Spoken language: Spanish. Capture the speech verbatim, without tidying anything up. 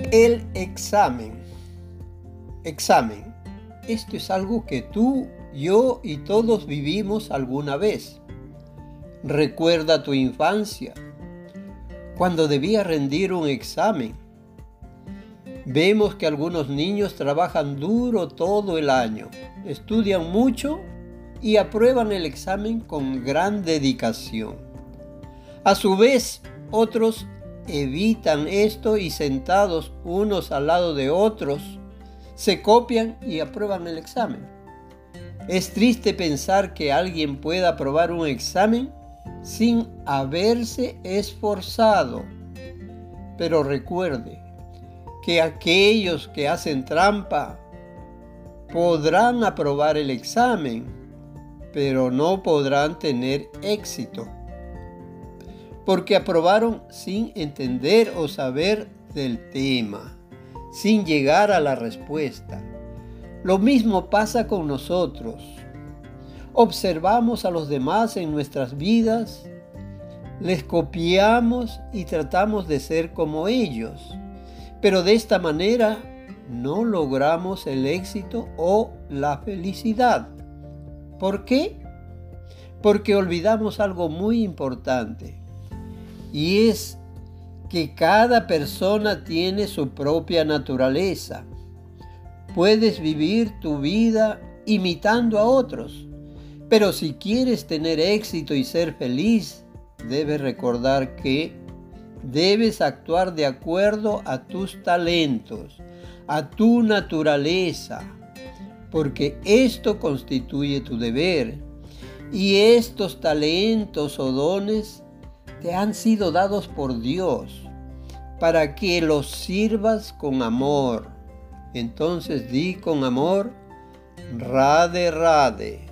El examen. Examen. Esto es algo que tú, yo y todos vivimos alguna vez. Recuerda tu infancia, cuando debías rendir un examen. Vemos que algunos niños trabajan duro todo el año, estudian mucho y aprueban el examen con gran dedicación. A su vez, otros evitan esto y sentados unos al lado de otros, se copian y aprueban el examen. Es triste pensar que alguien pueda aprobar un examen sin haberse esforzado. Pero recuerde que aquellos que hacen trampa podrán aprobar el examen, pero no podrán tener éxito, porque aprobaron sin entender o saber del tema, sin llegar a la respuesta. Lo mismo pasa con nosotros. Observamos a los demás en nuestras vidas, les copiamos y tratamos de ser como ellos, pero de esta manera no logramos el éxito o la felicidad. ¿Por qué? Porque olvidamos algo muy importante, y es que cada persona tiene su propia naturaleza. Puedes vivir tu vida imitando a otros, pero si quieres tener éxito y ser feliz, debes recordar que debes actuar de acuerdo a tus talentos, a tu naturaleza, porque esto constituye tu deber, y estos talentos o dones te han sido dados por Dios para que los sirvas con amor. Entonces di con amor: Rade, Rade.